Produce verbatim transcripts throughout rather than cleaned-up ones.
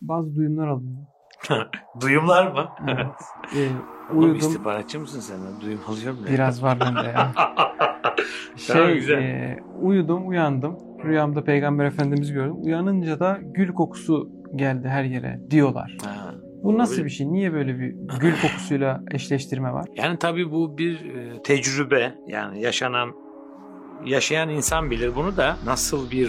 bazı duyumlar alıyorum. Duyumlar mı? Evet. Ee, Oğlum uyudum. istihbaratçı mısın sen? Duyum alıyorum ya. Biraz var bende ya. Tamam, şey, güzel. e, uyudum, uyandım. Rüyamda Peygamber Efendimiz gördüm. Uyanınca da gül kokusu geldi her yere diyorlar. Ha. Bu nasıl Olabilir. bir şey? Niye böyle bir gül kokusuyla eşleştirme var? Yani tabii bu bir e, tecrübe. Yani yaşanan, yaşayan insan bilir bunu da nasıl bir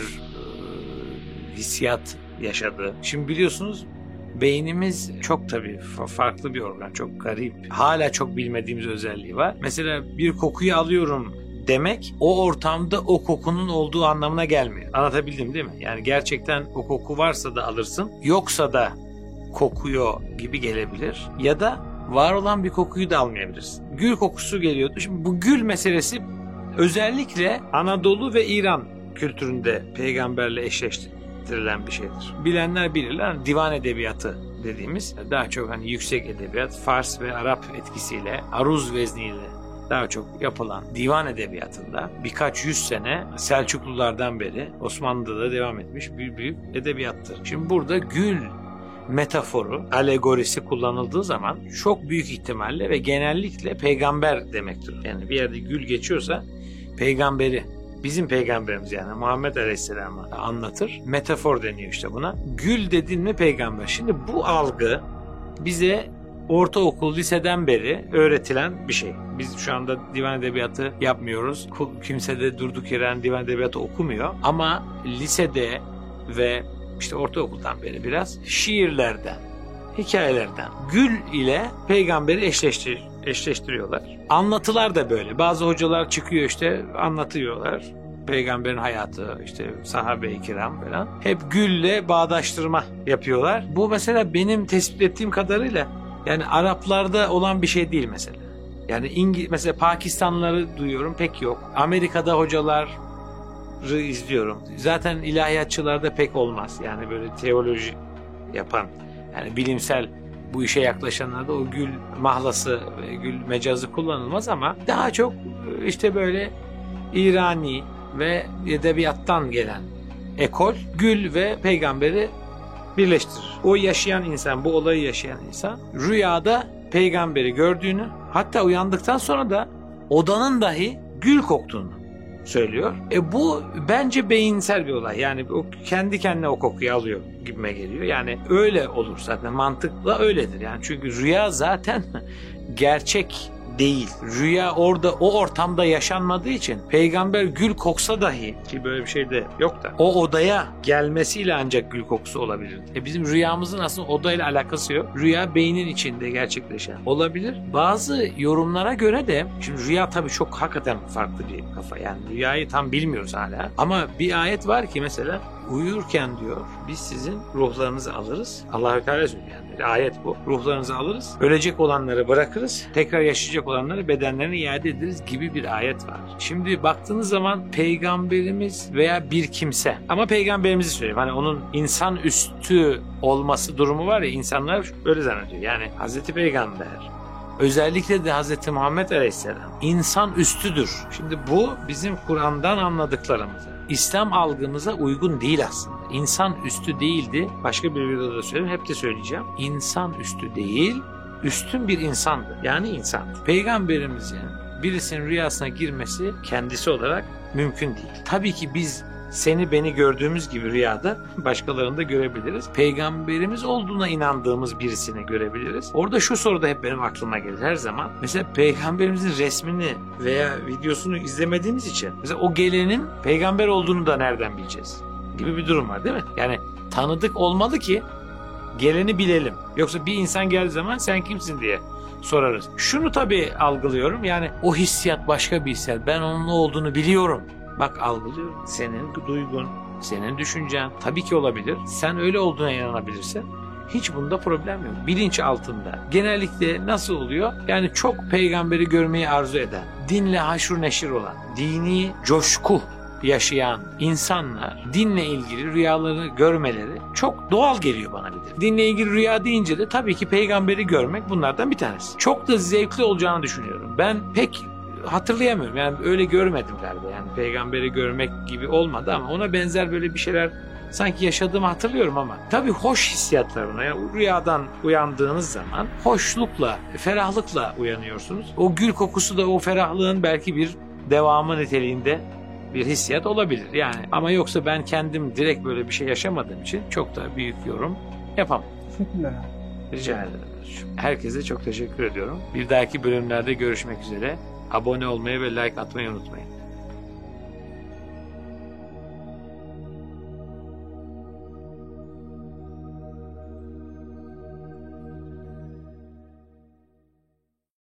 e, hissiyat yaşadı. Şimdi biliyorsunuz beynimiz çok tabii fa- farklı bir organ, çok garip. Hala çok bilmediğimiz özelliği var. Mesela bir kokuyu alıyorum demek o ortamda o kokunun olduğu anlamına gelmiyor. Anlatabildim değil mi? Yani gerçekten o koku varsa da alırsın, yoksa da kokuyor gibi gelebilir. Ya da var olan bir kokuyu da almayabilirsin. Gül kokusu geliyordu. Şimdi bu gül meselesi özellikle Anadolu ve İran kültüründe peygamberle eşleştirilen bir şeydir. Bilenler bilirler. Divan edebiyatı dediğimiz daha çok hani yüksek edebiyat, Fars ve Arap etkisiyle, aruz vezniyle daha çok yapılan divan edebiyatında birkaç yüz sene Selçuklulardan beri Osmanlı'da da devam etmiş bir büyük edebiyattır. Şimdi burada gül metaforu, alegorisi kullanıldığı zaman çok büyük ihtimalle ve genellikle peygamber demektir. Yani bir yerde gül geçiyorsa peygamberi, bizim peygamberimiz yani Muhammed Aleyhisselam'ı anlatır. Metafor deniyor işte buna. Gül dedin mi peygamber. Şimdi bu algı bize ortaokul, liseden beri öğretilen bir şey. Biz şu anda divan edebiyatı yapmıyoruz. Kimse de durduk yere divan edebiyatı okumuyor. Ama lisede ve işte ortaokuldan beri biraz şiirlerden, hikayelerden gül ile peygamberi eşleştir eşleştiriyorlar. Anlatılar da böyle. Bazı hocalar çıkıyor işte anlatıyorlar. Peygamberin hayatı, işte sahabe-i kiram falan. Hep gülle bağdaştırma yapıyorlar. Bu mesela benim tespit ettiğim kadarıyla yani Araplarda olan bir şey değil mesela. Yani İngiliz, mesela Pakistanlıları duyuyorum pek yok. Amerika'da hocalar izliyorum. Zaten ilahiyatçılarda pek olmaz. Yani böyle teoloji yapan, yani bilimsel bu işe yaklaşanlarda o gül mahlası ve gül mecazı kullanılmaz ama daha çok işte böyle İrani ve edebiyattan gelen ekol gül ve peygamberi birleştirir. O yaşayan insan, bu olayı yaşayan insan rüyada peygamberi gördüğünü, hatta uyandıktan sonra da odanın dahi gül koktuğunu söylüyor. E bu bence beyinsel bir olay. Yani o kendi kendine o kokuyu alıyor gibime geliyor. Yani öyle olur zaten. Mantıkla öyledir. Yani çünkü rüya zaten gerçek değil. Rüya orada o ortamda yaşanmadığı için peygamber gül koksa dahi, ki böyle bir şey de yok da, o odaya gelmesiyle ancak gül kokusu olabilir. E bizim rüyamızın aslında odayla alakası yok. Rüya beynin içinde gerçekleşen olabilir. Bazı yorumlara göre de şimdi rüya tabii çok hakikaten farklı bir kafa. Yani rüyayı tam bilmiyoruz hala. Ama bir ayet var ki mesela uyurken diyor biz sizin ruhlarınızı alırız. Allah-u Teala söylüyor yani. Ayet bu. Ruhlarınızı alırız. Ölecek olanları bırakırız. Tekrar yaşayacak olanları bedenlerine iade ederiz gibi bir ayet var. Şimdi baktığınız zaman peygamberimiz veya bir kimse, ama peygamberimizi söyleyeyim. Hani onun insan üstü olması durumu var ya, insanlar böyle zannediyor. Yani Hazreti Peygamber, özellikle de Hazreti Muhammed Aleyhisselam insan üstüdür. Şimdi bu bizim Kur'an'dan anladıklarımıza, İslam algımıza uygun değil aslında. İnsan üstü değildi. Başka bir videoda da söyleyeyim, hep de söyleyeceğim. İnsan üstü değil, üstün bir insandı. Yani insandı. Peygamberimizin birisinin rüyasına girmesi kendisi olarak mümkün değil. Tabii ki biz seni beni gördüğümüz gibi rüyada başkalarını da görebiliriz. Peygamberimiz olduğuna inandığımız birisini görebiliriz. Orada şu soru da hep benim aklıma gelir her zaman. Mesela peygamberimizin resmini veya videosunu izlemediğimiz için mesela o gelenin peygamber olduğunu da nereden bileceğiz gibi bir durum var değil mi? Yani tanıdık olmalı ki geleni bilelim. Yoksa bir insan geldiği zaman sen kimsin diye sorarız. Şunu tabii algılıyorum, yani o hissiyat başka bir hissiyat. Ben onun ne olduğunu biliyorum. Bak algılıyorum. Senin duygun, senin düşüncen tabii ki olabilir. Sen öyle olduğuna inanabilirsin. Hiç bunda problem yok. Bilinç altında. Genellikle nasıl oluyor? Yani çok peygamberi görmeyi arzu eden, dinle haşr neşir olan, dini coşku yaşayan insanlar dinle ilgili rüyalarını görmeleri çok doğal geliyor bana bir de. Dinle ilgili rüya deyince de tabii ki peygamberi görmek bunlardan bir tanesi. Çok da zevkli olacağını düşünüyorum. Ben pek hatırlayamıyorum. Yani öyle görmedim galiba. Yani peygamberi görmek gibi olmadı ama ona benzer böyle bir şeyler sanki yaşadığımı hatırlıyorum ama tabii hoş hissiyatlarına, yani rüyadan uyandığınız zaman hoşlukla, ferahlıkla uyanıyorsunuz. O gül kokusu da o ferahlığın belki bir devamı niteliğinde bir hissiyat olabilir. Yani ama yoksa ben kendim direkt böyle bir şey yaşamadığım için çok da büyük yorum yapamam. Teşekkürler. Rica ederim. Herkese çok teşekkür ediyorum. Bir dahaki bölümlerde görüşmek üzere. Abone olmayı ve like atmayı unutmayın.